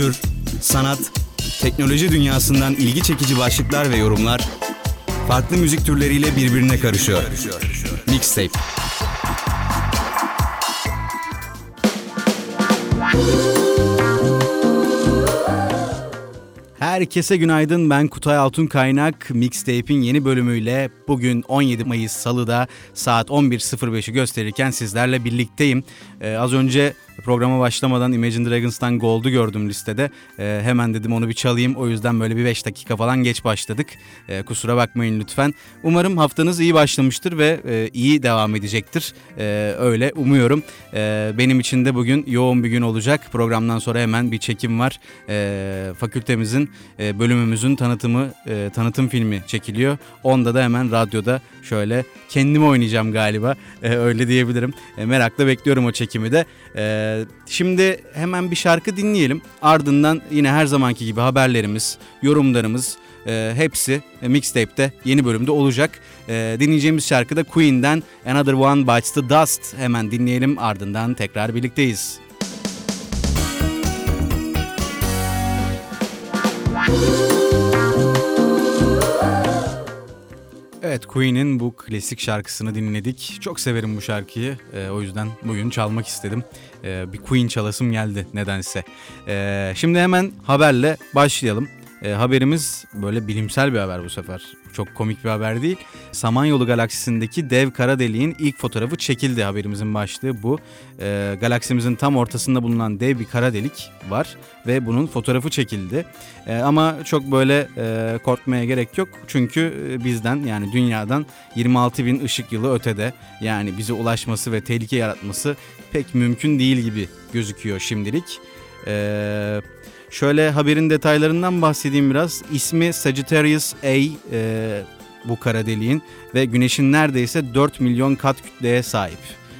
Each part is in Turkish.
kültür, sanat, teknoloji dünyasından ilgi çekici başlıklar ve yorumlar farklı müzik türleriyle birbirine karışıyor. Mixtape. Herkese günaydın, ben Kutay Altunkaynak. Mixtape'in yeni bölümüyle bugün 17 Mayıs Salı'da saat 11.05'i gösterirken sizlerle birlikteyim. Az önce programa başlamadan Imagine Dragons'tan Gold'u gördüm listede. Hemen dedim onu bir çalayım. O yüzden böyle bir 5 dakika falan geç başladık. Kusura bakmayın lütfen. Umarım haftanız iyi başlamıştır ve iyi devam edecektir. Öyle umuyorum. Benim için de bugün yoğun bir gün olacak. Programdan sonra hemen bir çekim var. Fakültemizin, bölümümüzün tanıtım filmi çekiliyor. Onda da hemen radyoda şöyle kendimi oynayacağım galiba. Öyle diyebilirim. Merakla bekliyorum o çekimi de. Şimdi hemen bir şarkı dinleyelim. Ardından yine her zamanki gibi haberlerimiz, yorumlarımız hepsi Mixtape'te yeni bölümde olacak. Dinleyeceğimiz şarkı da Queen'den Another One Bites the Dust. Hemen dinleyelim, ardından tekrar birlikteyiz. Evet, Queen'in bu klasik şarkısını dinledik. Çok severim bu şarkıyı. O yüzden bugün çalmak istedim. Bir Queen çalasım geldi nedense. Şimdi hemen haberle başlayalım. Haberimiz böyle bilimsel bir haber bu sefer. Çok komik bir haber değil. Samanyolu galaksisindeki dev kara deliğin ilk fotoğrafı çekildi. Haberimizin başlığı bu. Galaksimizin tam ortasında bulunan dev bir kara delik var ve bunun fotoğrafı çekildi. Ama çok böyle korkmaya gerek yok. Çünkü bizden, yani dünyadan 26.000 ışık yılı ötede. Yani bize ulaşması ve tehlike yaratması pek mümkün değil gibi gözüküyor şimdilik. Şöyle haberin detaylarından bahsedeyim biraz. İsmi Sagittarius A, bu kara deliğin ve Güneş'in neredeyse 4 milyon kat kütleye sahip.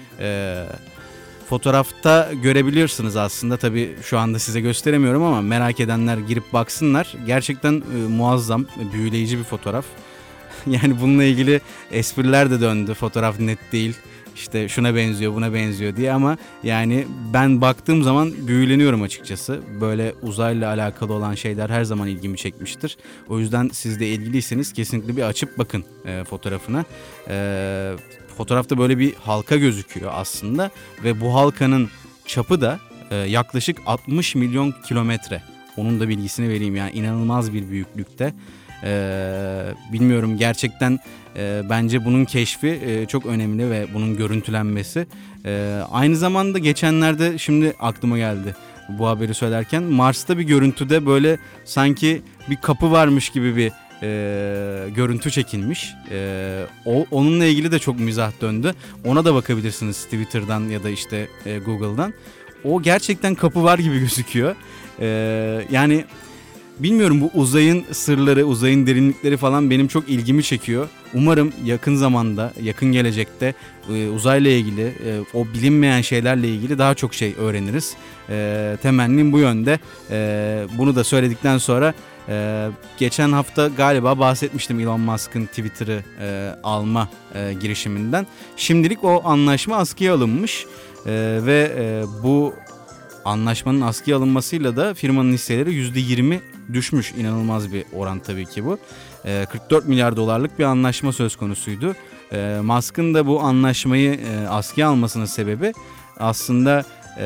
Fotoğrafta görebiliyorsunuz aslında. Tabii şu anda size gösteremiyorum ama merak edenler girip baksınlar. Gerçekten muazzam, büyüleyici bir fotoğraf. Yani bununla ilgili espriler de döndü. Fotoğraf net değil, İşte şuna benziyor, buna benziyor diye, ama yani ben baktığım zaman büyüleniyorum açıkçası. Böyle uzayla alakalı olan şeyler her zaman ilgimi çekmiştir. O yüzden siz de ilgiliyseniz kesinlikle bir açıp bakın fotoğrafına. Fotoğrafta böyle bir halka gözüküyor aslında ve bu halkanın çapı da yaklaşık 60 milyon kilometre. Onun da bilgisini vereyim, yani inanılmaz bir büyüklükte. Bilmiyorum, gerçekten bence bunun keşfi çok önemli ve bunun görüntülenmesi. Aynı zamanda geçenlerde, şimdi aklıma geldi bu haberi söylerken, Mars'ta bir görüntüde böyle sanki bir kapı varmış gibi bir görüntü çekilmiş. Onunla ilgili de çok mizah döndü. Ona da bakabilirsiniz Twitter'dan ya da işte Google'dan. O gerçekten kapı var gibi gözüküyor. Yani bilmiyorum, bu uzayın sırları, uzayın derinlikleri falan benim çok ilgimi çekiyor. Umarım yakın zamanda, yakın gelecekte uzayla ilgili, o bilinmeyen şeylerle ilgili daha çok şey öğreniriz. Temennim bu yönde. Bunu da söyledikten sonra geçen hafta galiba bahsetmiştim Elon Musk'ın Twitter'ı alma girişiminden. Şimdilik o anlaşma askıya alınmış ve bu anlaşmanın askıya alınmasıyla da firmanın hisseleri %20 düşmüş. İnanılmaz bir oran tabii ki bu. 44 milyar dolarlık bir anlaşma söz konusuydu. Musk'ın da bu anlaşmayı askıya almasının sebebi aslında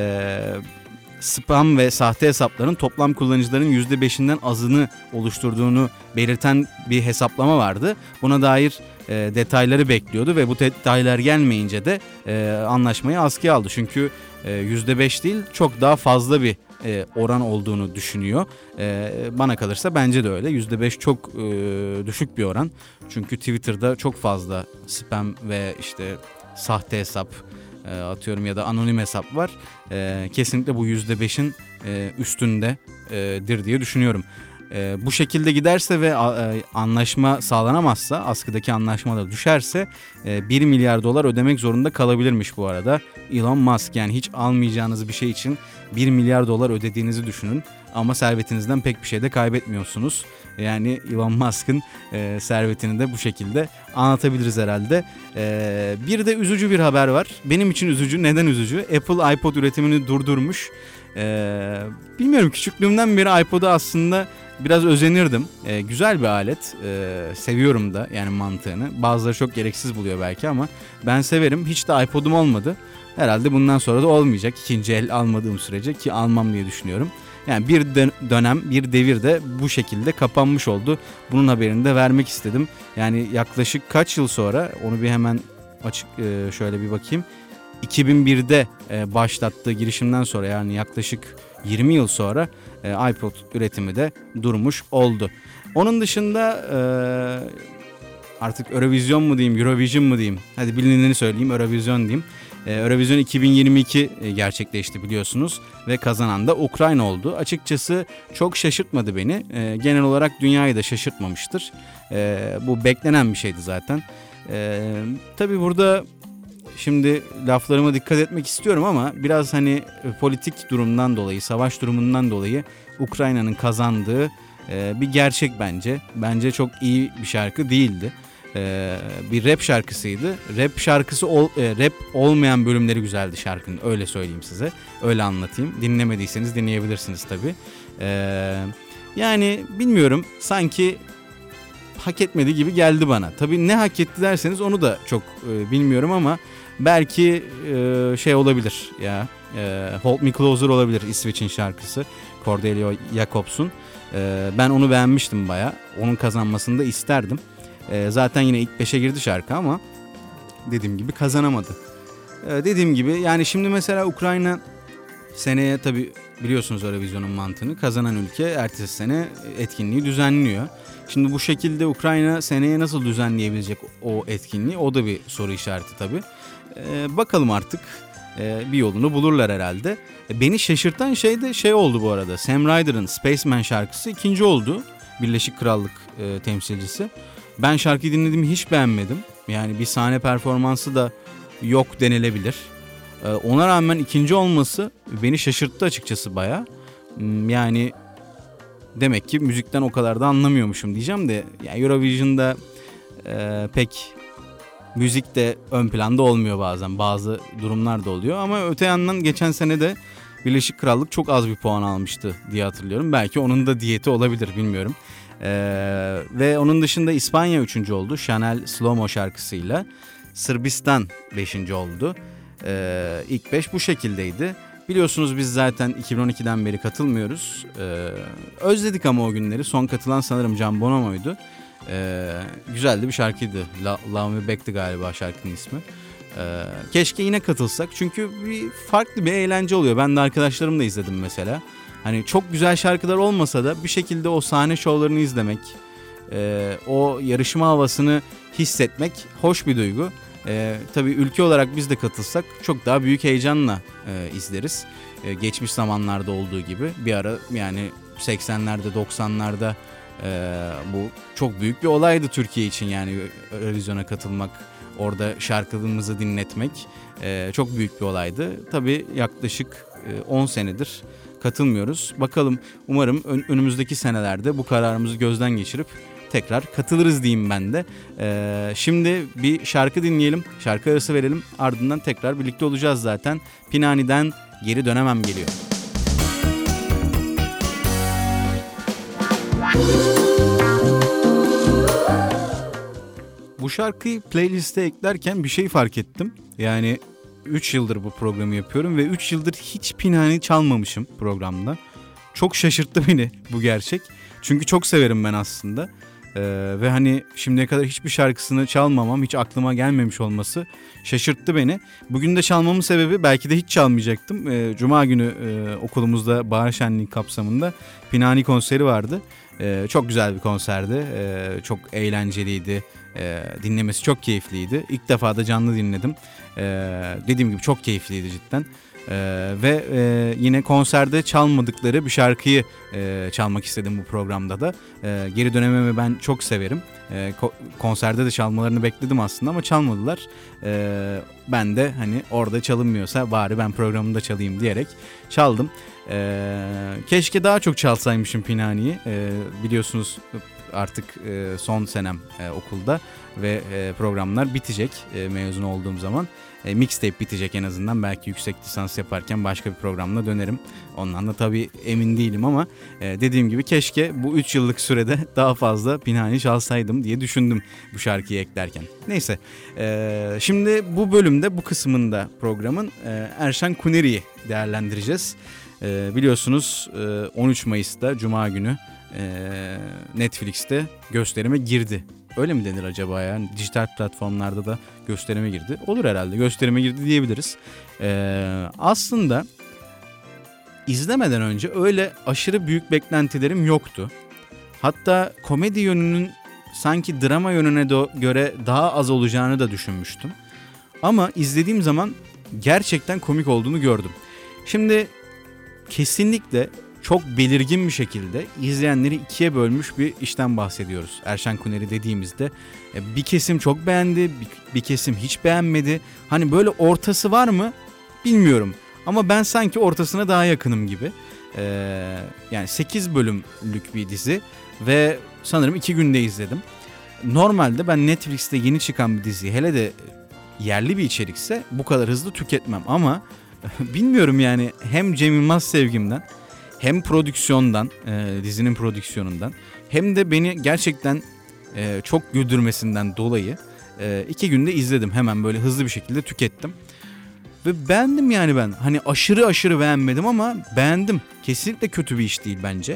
spam ve sahte hesapların toplam kullanıcıların %5'inden azını oluşturduğunu belirten bir hesaplama vardı. Buna dair detayları bekliyordu ve bu detaylar gelmeyince de anlaşmayı askıya aldı. Çünkü %5 değil, çok daha fazla bir oran olduğunu düşünüyor. Bana kalırsa bence de öyle. %5 çok düşük bir oran. Çünkü Twitter'da çok fazla spam ve işte sahte hesap, atıyorum, ya da anonim hesap var. Kesinlikle bu %5'in üstündedir diye düşünüyorum. Bu şekilde giderse ve anlaşma sağlanamazsa, askıdaki anlaşma da düşerse 1 milyar dolar ödemek zorunda kalabilirmiş bu arada Elon Musk. Yani hiç almayacağınız bir şey için 1 milyar dolar ödediğinizi düşünün ama servetinizden pek bir şey de kaybetmiyorsunuz. Yani Elon Musk'ın servetini de bu şekilde anlatabiliriz herhalde. Bir de üzücü bir haber var. Benim için üzücü. Neden üzücü? Apple iPod üretimini durdurmuş. Bilmiyorum, küçüklüğümden beri iPod'a aslında biraz özenirdim. Güzel bir alet. Seviyorum da yani mantığını. Bazıları çok gereksiz buluyor belki ama ben severim. Hiç de iPod'um olmadı. Herhalde bundan sonra da olmayacak. İkinci el almadığım sürece, ki almam diye düşünüyorum. Yani bir dönem, bir devir de bu şekilde kapanmış oldu. Bunun haberini de vermek istedim. Yani yaklaşık kaç yıl sonra, onu bir hemen açık şöyle bir bakayım. 2001'de başlattığı girişimden sonra, yani yaklaşık 20 yıl sonra iPod üretimi de durmuş oldu. Onun dışında artık Eurovision mu diyeyim, Eurovision mu diyeyim? Hadi bilineni söyleyeyim, Eurovision diyeyim. Eurovision 2022 gerçekleşti biliyorsunuz ve kazanan da Ukrayna oldu. Açıkçası çok şaşırtmadı beni. Genel olarak dünyayı da şaşırtmamıştır. Bu beklenen bir şeydi zaten. Tabii burada şimdi laflarıma dikkat etmek istiyorum ama biraz hani politik durumdan dolayı, savaş durumundan dolayı Ukrayna'nın kazandığı bir gerçek bence. Bence çok iyi bir şarkı değildi. Bir rap şarkısıydı. Rap olmayan bölümleri güzeldi şarkının. Öyle söyleyeyim size. Öyle anlatayım. Dinlemediyseniz dinleyebilirsiniz tabii. Yani bilmiyorum. Sanki hak etmedi gibi geldi bana. Tabii ne hak etti derseniz onu da çok bilmiyorum ama belki şey olabilir ya. Hold Me Closer olabilir, İsveç'in şarkısı. Cordelia Jacobs'un. Ben onu beğenmiştim bayağı. Onun kazanmasını da isterdim. Zaten yine ilk 5'e girdi şarkı ama dediğim gibi kazanamadı. Dediğim gibi yani şimdi mesela Ukrayna seneye, tabii biliyorsunuz Eurovision'un mantığını, kazanan ülke ertesi sene etkinliği düzenliyor. Şimdi bu şekilde Ukrayna seneye nasıl düzenleyebilecek o etkinliği, o da bir soru işareti tabii. Bakalım artık, bir yolunu bulurlar herhalde. Beni şaşırtan şey de şey oldu bu arada. Sam Ryder'ın Spaceman şarkısı ikinci oldu. Birleşik Krallık temsilcisi. Ben şarkıyı dinledim, hiç beğenmedim. Yani bir sahne performansı da yok denilebilir. Ona rağmen ikinci olması beni şaşırttı açıkçası bayağı. Yani demek ki müzikten o kadar da anlamıyormuşum diyeceğim de. Yani Eurovision'da pek müzik de ön planda olmuyor bazen. Bazı durumlar da oluyor ama öte yandan geçen sene de Birleşik Krallık çok az bir puan almıştı diye hatırlıyorum. Belki onun da diyeti olabilir, bilmiyorum. Ve onun dışında İspanya 3. oldu Chanel Slow Mo şarkısıyla. Sırbistan 5. oldu. İlk 5 bu şekildeydi. Biliyorsunuz biz zaten 2012'den beri katılmıyoruz. Özledik ama o günleri. Son katılan sanırım Can Bonomo'ydu. Güzel de bir şarkıydı. Love Me Back'ti galiba şarkının ismi. Keşke yine katılsak. Çünkü farklı bir eğlence oluyor. Ben de arkadaşlarımla izledim mesela. Hani çok güzel şarkılar olmasa da bir şekilde o sahne şovlarını izlemek, o yarışma havasını hissetmek hoş bir duygu. Tabii ülke olarak biz de katılsak çok daha büyük heyecanla izleriz. Geçmiş zamanlarda olduğu gibi bir ara, yani 80'lerde 90'larda bu çok büyük bir olaydı Türkiye için, yani Eurovision'a katılmak, orada şarkılarımızı dinletmek çok büyük bir olaydı. Tabii yaklaşık 10 senedir katılmıyoruz. Bakalım, umarım önümüzdeki senelerde bu kararımızı gözden geçirip tekrar katılırız diyeyim ben de. Şimdi bir şarkı dinleyelim, şarkı arası verelim, ardından tekrar birlikte olacağız zaten. Pinani'den Geri Dönemem geliyor. Bu şarkıyı playlist'e eklerken bir şey fark ettim. Yani 3 yıldır bu programı yapıyorum ve 3 yıldır hiç Pinani çalmamışım programda. Çok şaşırttı beni bu gerçek. Çünkü çok severim ben aslında. Ve hani şimdiye kadar hiçbir şarkısını çalmamam, hiç aklıma gelmemiş olması şaşırttı beni. Bugün de çalmamın sebebi, belki de hiç çalmayacaktım. Cuma günü okulumuzda bahar şenliği kapsamında Pinani konseri vardı. Çok güzel bir konserdi. Çok eğlenceliydi. Dinlemesi çok keyifliydi. İlk defa da canlı dinledim. Dediğim gibi çok keyifliydi cidden. Ve yine konserde çalmadıkları bir şarkıyı çalmak istedim bu programda da. Geri Dönememi ben çok severim. Konserde de çalmalarını bekledim aslında ama çalmadılar. Ben de hani orada çalınmıyorsa bari ben programında çalayım diyerek çaldım. Keşke daha çok çalsaymışım Pinani'yi. Biliyorsunuz artık son senem okulda ve programlar bitecek mezun olduğum zaman. Mixtape bitecek en azından. Belki yüksek lisans yaparken başka bir programla dönerim. Ondan da tabii emin değilim ama dediğim gibi keşke bu 3 yıllık sürede daha fazla Pinhani çalsaydım diye düşündüm bu şarkıyı eklerken. Neyse, şimdi bu bölümde, bu kısmında programın Erşan Kuneri'yi değerlendireceğiz. Biliyorsunuz 13 Mayıs'ta Cuma günü Netflix'te gösterime girdi. Öyle mi denir acaba ya? Dijital platformlarda da gösterime girdi. Olur herhalde, gösterime girdi diyebiliriz. Aslında izlemeden önce öyle aşırı büyük beklentilerim yoktu. Hatta komedi yönünün sanki drama yönüne göre daha az olacağını da düşünmüştüm. Ama izlediğim zaman gerçekten komik olduğunu gördüm. Şimdi kesinlikle çok belirgin bir şekilde izleyenleri ikiye bölmüş bir işten bahsediyoruz. Erşan Kuneri dediğimizde bir kesim çok beğendi, bir kesim hiç beğenmedi. Hani böyle ortası var mı bilmiyorum ama ben sanki ortasına daha yakınım gibi. Yani 8 bölümlük bir dizi ve sanırım 2 günde izledim. Normalde ben Netflix'te yeni çıkan bir diziyi, hele de yerli bir içerikse, bu kadar hızlı tüketmem ama bilmiyorum yani, hem Cem Yılmaz sevgimden hem prodüksiyondan, dizinin prodüksiyonundan, hem de beni gerçekten çok güldürmesinden dolayı 2 günde izledim. Hemen böyle hızlı bir şekilde tükettim. Ve beğendim yani ben. Hani aşırı beğenmedim ama beğendim. Kesinlikle kötü bir iş değil bence.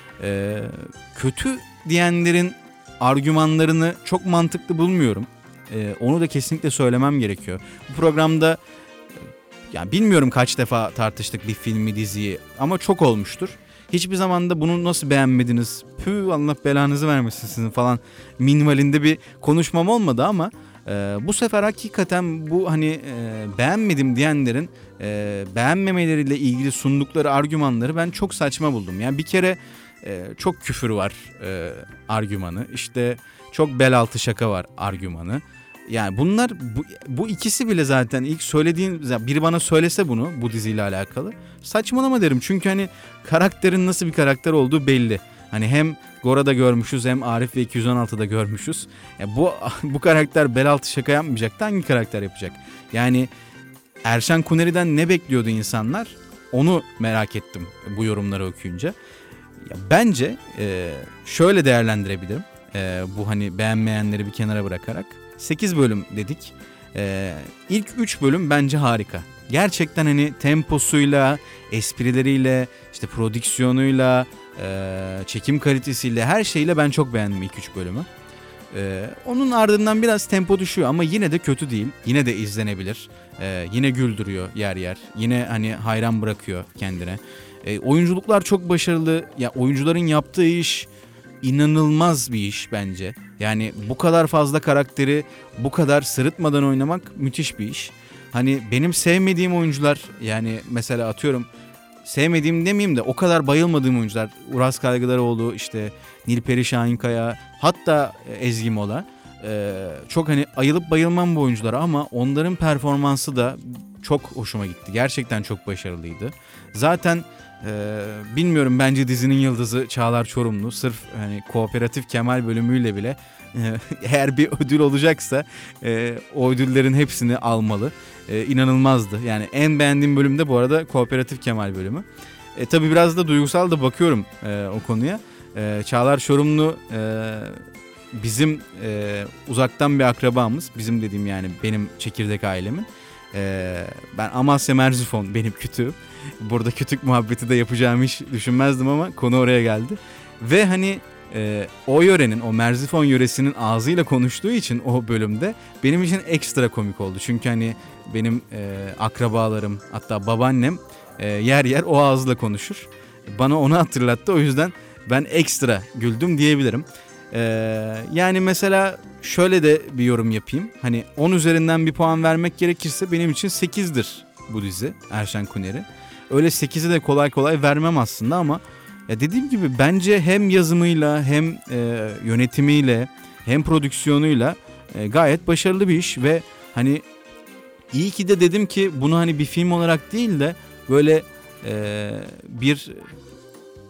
Kötü diyenlerin argümanlarını çok mantıklı bulmuyorum. Onu da kesinlikle söylemem gerekiyor. Bu programda yani bilmiyorum kaç defa tartıştık bir filmi, diziyi ama çok olmuştur. Hiçbir zaman da bunu nasıl beğenmediniz, püh Allah belanızı vermesin sizin falan minvalinde bir konuşmam olmadı ama bu sefer hakikaten bu hani beğenmedim diyenlerin beğenmemeleriyle ilgili sundukları argümanları ben çok saçma buldum. Yani bir kere çok küfür var argümanı, işte çok bel altı şaka var argümanı. Yani bunlar, bu ikisi bile zaten ilk söylediğin, biri bana söylese bunu, bu diziyle alakalı, saçmalama derim. Çünkü hani karakterin nasıl bir karakter olduğu belli. Hani hem Gora'da görmüşüz hem Arif ve 216'da görmüşüz. Yani bu karakter bel altı şaka yapmayacak da hangi karakter yapacak? Yani Erşan Kuneri'den ne bekliyordu insanlar? Onu merak ettim bu yorumları okuyunca. Ya bence şöyle değerlendirebilirim. Bu hani beğenmeyenleri bir kenara bırakarak. 8 bölüm dedik. İlk 3 bölüm bence harika. Gerçekten hani temposuyla, esprileriyle, işte prodüksiyonuyla, çekim kalitesiyle, her şeyle ben çok beğendim ilk 3 bölümü. Onun ardından biraz tempo düşüyor ama yine de kötü değil. Yine de izlenebilir. Yine güldürüyor yer yer. Yine hani hayran bırakıyor kendine. Oyunculuklar çok başarılı. Ya oyuncuların yaptığı iş inanılmaz bir iş bence. Yani bu kadar fazla karakteri bu kadar sırıtmadan oynamak müthiş bir iş. Hani benim sevmediğim oyuncular, yani mesela atıyorum, sevmediğim demeyeyim de o kadar bayılmadığım oyuncular, Uras Kaygılaroğlu, işte Nilperi Şahinkaya, hatta Ezgi Mola, çok hani ayılıp bayılmam bu oyunculara ama onların performansı da çok hoşuma gitti. Gerçekten çok başarılıydı. Zaten bilmiyorum, bence dizinin yıldızı Çağlar Çorumlu. Sırf hani Kooperatif Kemal bölümüyle bile eğer bir ödül olacaksa o ödüllerin hepsini almalı. İnanılmazdı. Yani en beğendiğim bölüm de bu arada Kooperatif Kemal bölümü. Tabii biraz da duygusal da bakıyorum o konuya. Çağlar Çorumlu bizim uzaktan bir akrabamız. Bizim dediğim yani benim çekirdek ailemin. Ben Amasya Merzifon benim kütüğüm. Burada kütük muhabbeti de yapacağımı hiç düşünmezdim ama konu oraya geldi. Ve hani o yörenin, o Merzifon yöresinin ağzıyla konuştuğu için o bölümde benim için ekstra komik oldu. Çünkü hani benim akrabalarım, hatta babaannem yer yer o ağızla konuşur. Bana onu hatırlattı, o yüzden ben ekstra güldüm diyebilirim. Yani mesela şöyle de bir yorum yapayım. Hani 10 üzerinden bir puan vermek gerekirse benim için 8'dir bu dizi, Erşan Kuneri. Öyle 8'i de kolay kolay vermem aslında ama ya dediğim gibi bence hem yazımıyla hem yönetimiyle hem prodüksiyonuyla gayet başarılı bir iş ve hani iyi ki de dedim ki bunu hani bir film olarak değil de böyle bir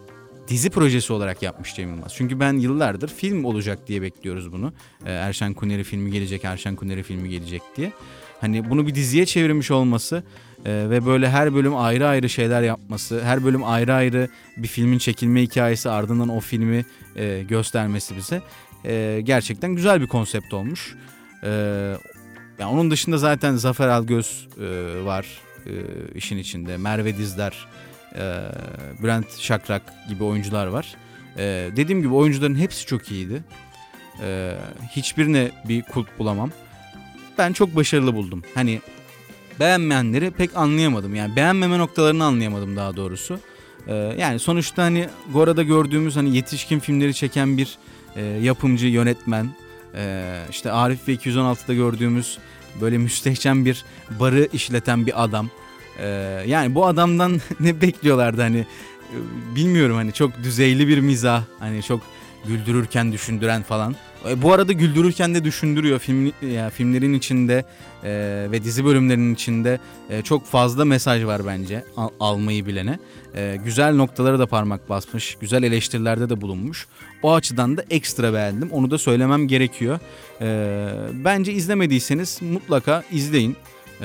dizi projesi olarak yapmış Cem Yılmaz. Çünkü ben yıllardır film olacak diye bekliyoruz bunu. Erşen Kuneri filmi gelecek, Erşen Kuneri filmi gelecek diye. Hani bunu bir diziye çevirmiş olması ve böyle her bölüm ayrı ayrı şeyler yapması, her bölüm ayrı ayrı bir filmin çekilme hikayesi, ardından o filmi göstermesi bize gerçekten güzel bir konsept olmuş. Yani onun dışında zaten Zafer Algöz var işin içinde, Merve Dizdar, Bülent Şakrak gibi oyuncular var. Dediğim gibi oyuncuların hepsi çok iyiydi. Hiçbirine bir kulp bulamam. Ben çok başarılı buldum. Hani beğenmeyenleri pek anlayamadım. Yani beğenmeme noktalarını anlayamadım daha doğrusu. Yani sonuçta hani Gora'da gördüğümüz hani yetişkin filmleri çeken bir yapımcı, yönetmen. İşte Arif ve 216'da gördüğümüz böyle müstehcen bir barı işleten bir adam. Yani bu adamdan ne bekliyorlardı hani bilmiyorum, hani çok düzeyli bir mizah, hani çok güldürürken düşündüren falan. Bu arada güldürürken de düşündürüyor filmlerin içinde ve dizi bölümlerinin içinde çok fazla mesaj var bence almayı bilene. Güzel noktalara da parmak basmış, güzel eleştirilerde de bulunmuş. O açıdan da ekstra beğendim, onu da söylemem gerekiyor. Bence izlemediyseniz mutlaka izleyin.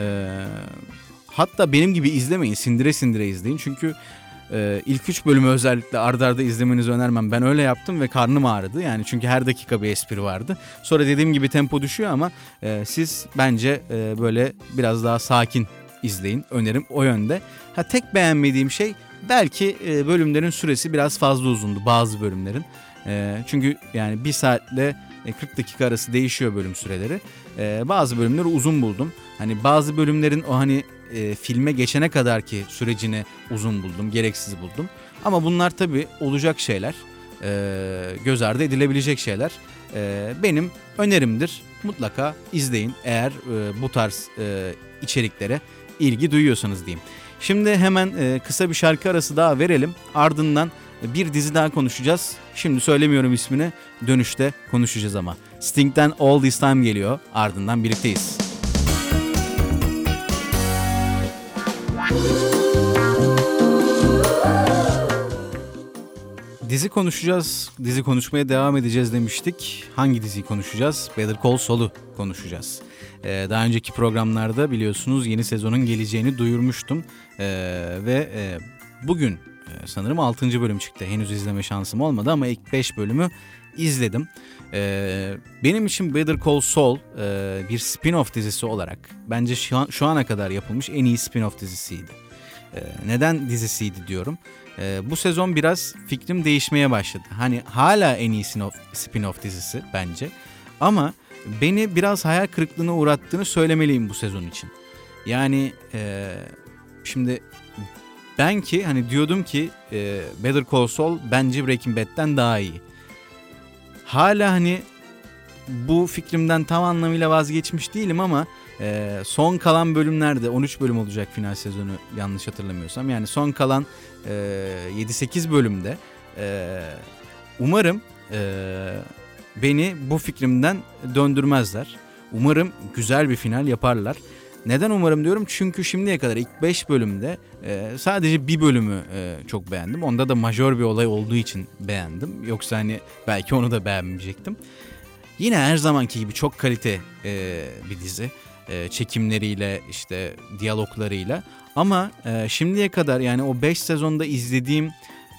Hatta benim gibi izlemeyin, sindire sindire izleyin. Çünkü ilk 3 bölümü özellikle arda arda izlemenizi önermem. Ben öyle yaptım ve karnım ağrıdı. Yani çünkü her dakika bir espri vardı. Sonra dediğim gibi tempo düşüyor ama siz bence böyle biraz daha sakin izleyin. Önerim o yönde. Tek beğenmediğim şey belki bölümlerin süresi biraz fazla uzundu bazı bölümlerin. Çünkü yani 1 saatle 40 dakika arası değişiyor bölüm süreleri. Bazı bölümleri uzun buldum. Hani bazı bölümlerin o hani filme geçene kadarki sürecini uzun buldum, gereksiz buldum. Ama bunlar tabii olacak şeyler, göz ardı edilebilecek şeyler. Benim önerimdir, mutlaka izleyin eğer bu tarz içeriklere ilgi duyuyorsanız diyeyim. Şimdi hemen kısa bir şarkı arası daha verelim, ardından bir dizi daha konuşacağız. Şimdi söylemiyorum ismini, dönüşte konuşacağız ama. Sting'den All This Time geliyor, ardından birlikteyiz. Dizi konuşacağız, dizi konuşmaya devam edeceğiz demiştik. Hangi diziyi konuşacağız? Better Call Saul'u konuşacağız. Daha önceki programlarda biliyorsunuz yeni sezonun geleceğini duyurmuştum. Ve bugün sanırım 6. bölüm çıktı. Henüz izleme şansım olmadı ama ilk 5 bölümü izledim. Benim için Better Call Saul bir spin-off dizisi olarak bence şu ana kadar yapılmış en iyi spin-off dizisiydi. Neden dizisiydi diyorum. Bu sezon biraz fikrim değişmeye başladı. Hani hala en iyi spin-off dizisi bence. Ama beni biraz hayal kırıklığına uğrattığını söylemeliyim bu sezon için. Yani şimdi ben ki hani diyordum ki Better Call Saul bence Breaking Bad'den daha iyi. Hala hani bu fikrimden tam anlamıyla vazgeçmiş değilim ama son kalan bölümlerde 13 bölüm olacak final sezonu yanlış hatırlamıyorsam. Yani son kalan 7-8 bölümde umarım beni bu fikrimden döndürmezler. Umarım güzel bir final yaparlar. Neden umarım diyorum? Çünkü şimdiye kadar ilk 5 bölümde sadece bir bölümü çok beğendim. Onda da majör bir olay olduğu için beğendim. Yoksa hani belki onu da beğenmeyecektim. Yine her zamanki gibi çok kalite bir dizi. Çekimleriyle, işte diyaloglarıyla. Ama şimdiye kadar yani o 5 sezonda izlediğim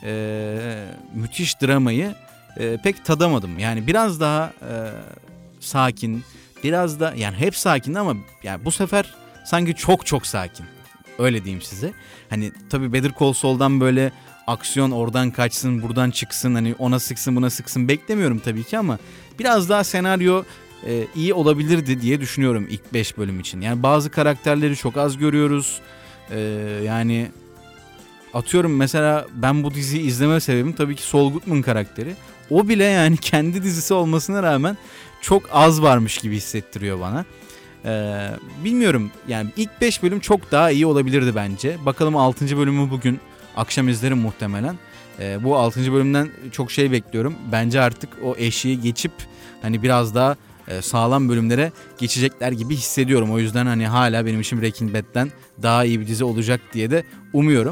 müthiş dramayı pek tadamadım. Yani biraz daha sakin, biraz da yani hep sakin ama yani bu sefer sanki çok çok sakin. Öyle diyeyim size. Hani tabii Better Call Saul'dan böyle aksiyon oradan kaçsın, buradan çıksın, hani ona sıksın, buna sıksın beklemiyorum tabii ki ama biraz daha senaryo iyi olabilirdi diye düşünüyorum ilk 5 bölüm için. Yani bazı karakterleri çok az görüyoruz. Yani atıyorum mesela ben bu diziyi izleme sebebim tabii ki Saul Goodman karakteri. O bile yani kendi dizisi olmasına rağmen çok az varmış gibi hissettiriyor bana. Bilmiyorum yani ilk 5 bölüm çok daha iyi olabilirdi bence. Bakalım 6. bölümü bugün akşam izlerim muhtemelen. Bu 6. bölümden çok şey bekliyorum. Bence artık o eşiği geçip hani biraz daha sağlam bölümlere geçecekler gibi hissediyorum. O yüzden hani hala benim için Breaking Bad'den daha iyi bir dizi olacak diye de umuyorum.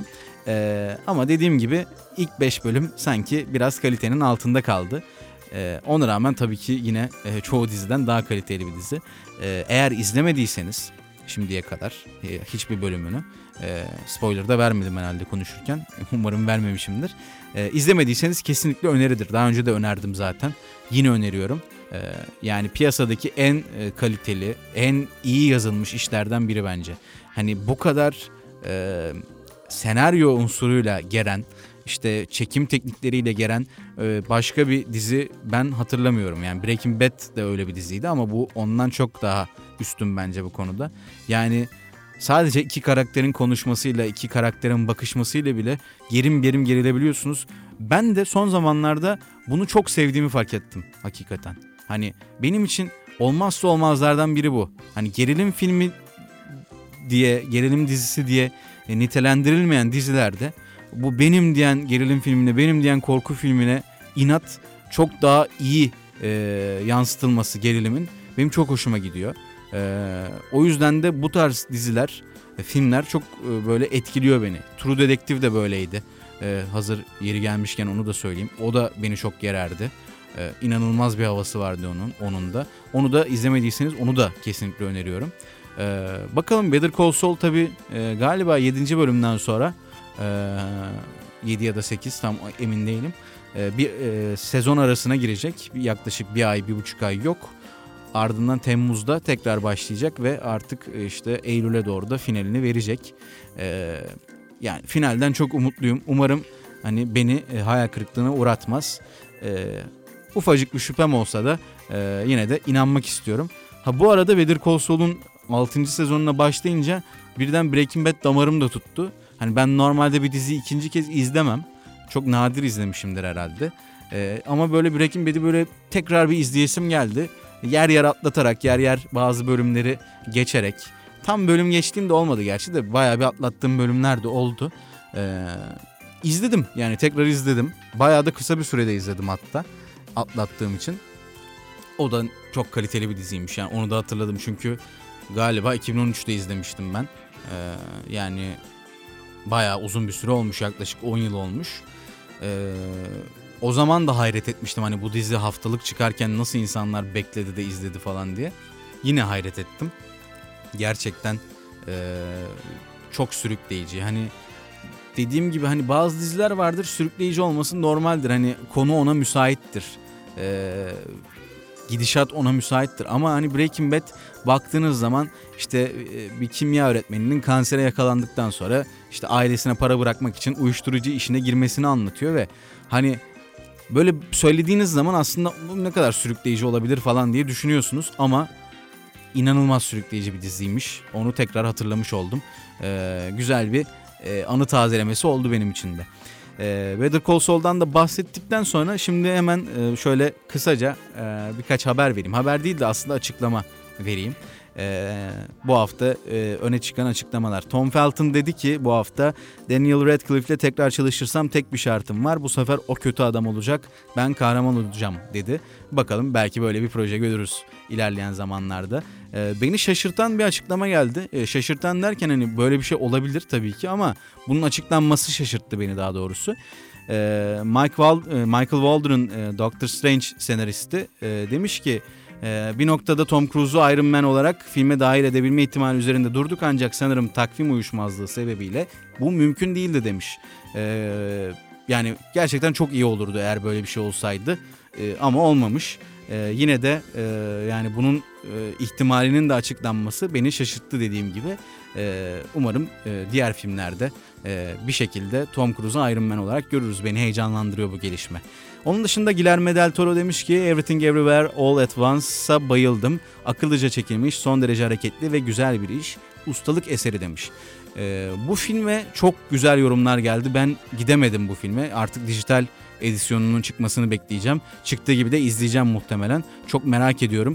Ama dediğim gibi ilk 5 bölüm sanki biraz kalitenin altında kaldı. Ona rağmen tabii ki yine çoğu diziden daha kaliteli bir dizi. Eğer izlemediyseniz şimdiye kadar hiçbir bölümünü, spoiler da vermedim herhalde konuşurken, umarım vermemişimdir. İzlemediyseniz kesinlikle öneridir. Daha önce de önerdim zaten. Yine öneriyorum. Yani piyasadaki en kaliteli, en iyi yazılmış işlerden biri bence. Hani bu kadar senaryo unsuruyla gelen, işte çekim teknikleriyle gelen başka bir dizi ben hatırlamıyorum. Yani Breaking Bad de öyle bir diziydi ama bu ondan çok daha üstün bence bu konuda. Yani sadece iki karakterin konuşmasıyla, iki karakterin bakışmasıyla bile gerim gerim gerilebiliyorsunuz. Ben de son zamanlarda bunu çok sevdiğimi fark ettim hakikaten. Hani benim için olmazsa olmazlardan biri bu. Hani gerilim filmi diye, gerilim dizisi diye nitelendirilmeyen dizilerde bu benim diyen gerilim filmine, benim diyen korku filmine inat çok daha iyi yansıtılması gerilimin benim çok hoşuma gidiyor. O yüzden de bu tarz diziler, filmler çok böyle etkiliyor beni. True Detective de böyleydi. Hazır yeri gelmişken onu da söyleyeyim. O da beni çok gererdi. İnanılmaz bir havası vardı onun da. Onu da izlemediyseniz onu da kesinlikle öneriyorum. Bakalım Better Call Saul tabii galiba 7. bölümden sonra 7 ya da 8 tam emin değilim. Bir sezon arasına girecek. Yaklaşık bir ay, 1,5 ay yok. Ardından Temmuz'da tekrar başlayacak ve artık işte Eylül'e doğru da finalini verecek. Yani finalden çok umutluyum. Umarım hani beni hayal kırıklığına uğratmaz. Ufacık bir şüphem olsa da yine de inanmak istiyorum. Bu arada Better Call Saul'un 6. sezonuna başlayınca birden Breaking Bad damarım da tuttu. Hani ben normalde bir diziyi ikinci kez izlemem. Çok nadir izlemişimdir herhalde. Ama böyle Breaking Bad'i böyle tekrar bir izleyesim geldi. Yer yer atlatarak, yer yer bazı bölümleri geçerek. Tam bölüm geçtiğim de olmadı gerçi de bayağı bir atlattığım bölümler de oldu. İzledim yani tekrar izledim. Bayağı da kısa bir sürede izledim hatta atlattığım için. O da çok kaliteli bir diziymiş yani onu da hatırladım çünkü galiba 2013'te izlemiştim ben. Yani bayağı uzun bir süre olmuş, yaklaşık 10 yıl olmuş. O zaman da hayret etmiştim hani bu dizi haftalık çıkarken nasıl insanlar bekledi de izledi falan diye. Yine hayret ettim. Gerçekten çok sürükleyici. Hani dediğim gibi hani bazı diziler vardır, sürükleyici olması normaldir. Hani konu ona müsaittir. Gidişat ona müsaittir. Ama hani Breaking Bad baktığınız zaman işte bir kimya öğretmeninin kansere yakalandıktan sonra işte ailesine para bırakmak için uyuşturucu işine girmesini anlatıyor ve hani böyle söylediğiniz zaman aslında bu ne kadar sürükleyici olabilir falan diye düşünüyorsunuz ama inanılmaz sürükleyici bir diziymiş. Onu tekrar hatırlamış oldum. Güzel bir anı tazelemesi oldu benim için de. Better Call Saul'dan da bahsettikten sonra şimdi hemen şöyle kısaca birkaç haber vereyim. Haber değil de aslında açıklama vereyim. Bu hafta öne çıkan açıklamalar. Tom Felton dedi ki bu hafta Daniel Radcliffe'le tekrar çalışırsam tek bir şartım var. Bu sefer o kötü adam olacak. Ben kahraman olacağım dedi. Bakalım belki böyle bir proje görürüz ilerleyen zamanlarda. Beni şaşırtan bir açıklama geldi. Şaşırtan derken hani böyle bir şey olabilir tabii ki ama bunun açıklanması şaşırttı beni daha doğrusu. Michael Waldron Doctor Strange senaristi demiş ki bir noktada Tom Cruise'u Iron Man olarak filme dahil edebilme ihtimali üzerinde durduk ancak sanırım takvim uyuşmazlığı sebebiyle bu mümkün değildi demiş. Yani gerçekten çok iyi olurdu eğer böyle bir şey olsaydı ama olmamış. Yine de yani bunun ihtimalinin de açıklanması beni şaşırttı dediğim gibi. Umarım diğer filmlerde bir şekilde Tom Cruise'u Iron Man olarak görürüz. Beni heyecanlandırıyor bu gelişme. Onun dışında Guillermo del Toro demiş ki Everything Everywhere All at Once'a bayıldım. Akıllıca çekilmiş, son derece hareketli ve güzel bir iş. Ustalık eseri demiş. Bu filme çok güzel yorumlar geldi. Ben gidemedim bu filme. Artık dijital edisyonunun çıkmasını bekleyeceğim. Çıktığı gibi de izleyeceğim muhtemelen. Çok merak ediyorum.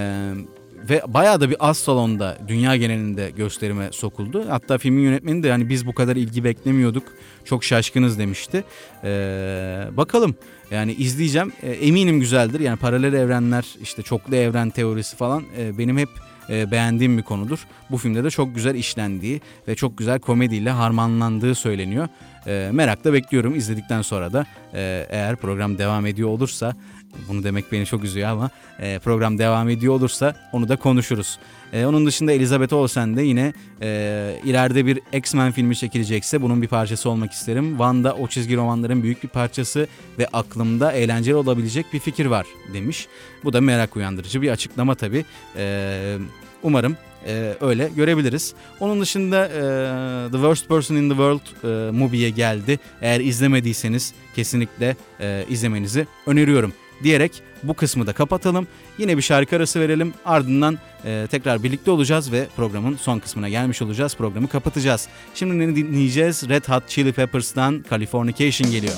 Ve bayağı da bir az salonda dünya genelinde gösterime sokuldu. Hatta filmin yönetmeni de yani biz bu kadar ilgi beklemiyorduk. Çok şaşkınız demişti. Bakalım yani izleyeceğim. Eminim güzeldir. Yani paralel evrenler işte çoklu evren teorisi falan benim hep beğendiğim bir konudur. Bu filmde de çok güzel işlendiği ve çok güzel komediyle harmanlandığı söyleniyor. Merakla bekliyorum. İzledikten sonra da eğer program devam ediyor olursa, bunu demek beni çok üzüyor ama program devam ediyor olursa onu da konuşuruz. Onun dışında Elizabeth Olsen de yine ileride bir X-Men filmi çekilecekse bunun bir parçası olmak isterim. Wanda o çizgi romanların büyük bir parçası ve aklımda eğlenceli olabilecek bir fikir var demiş. Bu da merak uyandırıcı bir açıklama tabii. Umarım öyle görebiliriz. Onun dışında The Worst Person in the World Mubi'ye geldi. Eğer izlemediyseniz kesinlikle izlemenizi öneriyorum diyerek bu kısmı da kapatalım. Yine bir şarkı arası verelim. Ardından tekrar birlikte olacağız ve programın son kısmına gelmiş olacağız. Programı kapatacağız. Şimdi ne dinleyeceğiz? Red Hot Chili Peppers'tan Californication geliyor.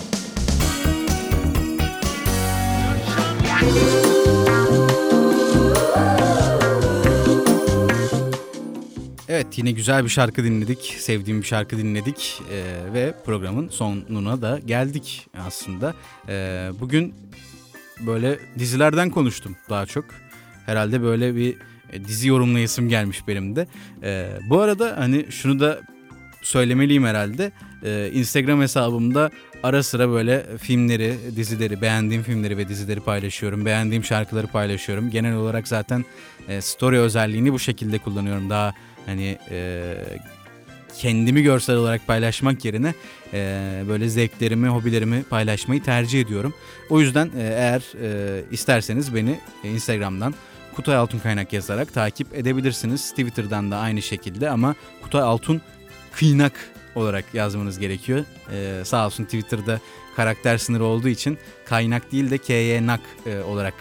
Evet, yine güzel bir şarkı dinledik. Sevdiğim bir şarkı dinledik. Ve programın sonuna da geldik aslında. Bugün böyle dizilerden konuştum daha çok. Herhalde böyle bir dizi yorumlayasım gelmiş benim de. Bu arada hani şunu da söylemeliyim herhalde. Instagram hesabımda ara sıra böyle filmleri, dizileri, beğendiğim filmleri ve dizileri paylaşıyorum. Beğendiğim şarkıları paylaşıyorum. Genel olarak zaten story özelliğini bu şekilde kullanıyorum. Daha hani kendimi görsel olarak paylaşmak yerine böyle zevklerimi, hobilerimi paylaşmayı tercih ediyorum. O yüzden eğer isterseniz beni Instagram'dan Kutay Altun Kaynak yazarak takip edebilirsiniz. Twitter'dan da aynı şekilde ama Kutay Altun Kıynak olarak yazmanız gerekiyor. Sağ olsun Twitter'da karakter sınırı olduğu için kaynak değil de KYNAK olarak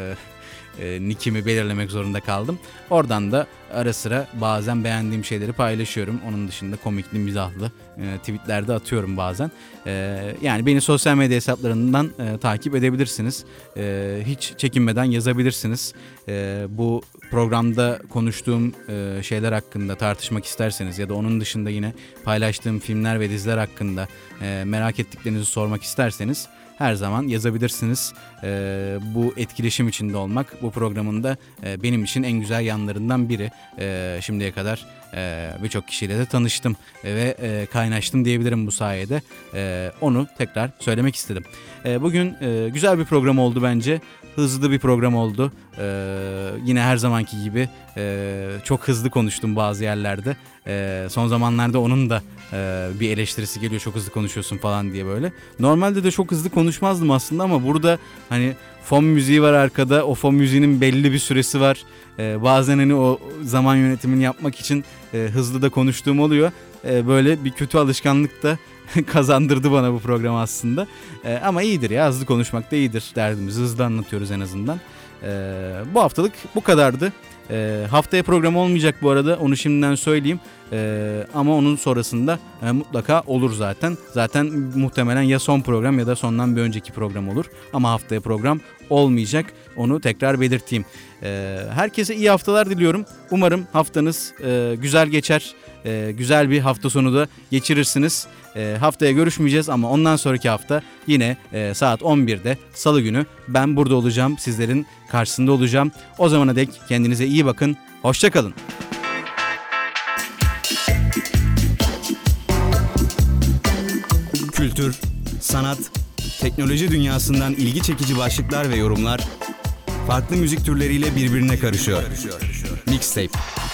nickimi belirlemek zorunda kaldım. Oradan da ara sıra bazen beğendiğim şeyleri paylaşıyorum. Onun dışında komikli, mizahlı tweetlerde atıyorum bazen. Yani beni sosyal medya hesaplarından takip edebilirsiniz. Hiç çekinmeden yazabilirsiniz. Bu programda konuştuğum şeyler hakkında tartışmak isterseniz ya da onun dışında yine paylaştığım filmler ve diziler hakkında merak ettiklerinizi sormak isterseniz her zaman yazabilirsiniz. Bu etkileşim içinde olmak bu programın da benim için en güzel yanlarından biri. Şimdiye kadar birçok kişiyle de tanıştım ve kaynaştım diyebilirim bu sayede. Onu tekrar söylemek istedim. Bugün güzel bir program oldu bence. Hızlı bir program oldu. Yine her zamanki gibi çok hızlı konuştum bazı yerlerde. Son zamanlarda onun da bir eleştirisi geliyor, çok hızlı konuşuyorsun falan diye böyle. Normalde de çok hızlı konuşmazdım aslında ama burada hani fon müziği var arkada. O fon müziğinin belli bir süresi var. Bazen hani o zaman yönetimini yapmak için hızlı da konuştuğum oluyor. Böyle bir kötü alışkanlık da kazandırdı bana bu program aslında. Ama iyidir ya, hızlı konuşmak da iyidir. Derdimizi hızlı anlatıyoruz en azından. Bu haftalık bu kadardı. Haftaya program olmayacak bu arada, onu şimdiden söyleyeyim. Ama onun sonrasında mutlaka olur zaten. Zaten muhtemelen ya son program ya da sondan bir önceki program olur. Ama haftaya program olmayacak, onu tekrar belirteyim. Herkese iyi haftalar diliyorum. Umarım haftanız güzel geçer. Güzel bir hafta sonu da geçirirsiniz. Haftaya görüşmeyeceğiz ama ondan sonraki hafta yine saat 11'de Salı günü ben burada olacağım. Sizlerin karşısında olacağım. O zamana dek kendinize iyi bakın. Hoşça kalın. Kültür, sanat, teknoloji dünyasından ilgi çekici başlıklar ve yorumlar farklı müzik türleriyle birbirine karışıyor. Mixtape.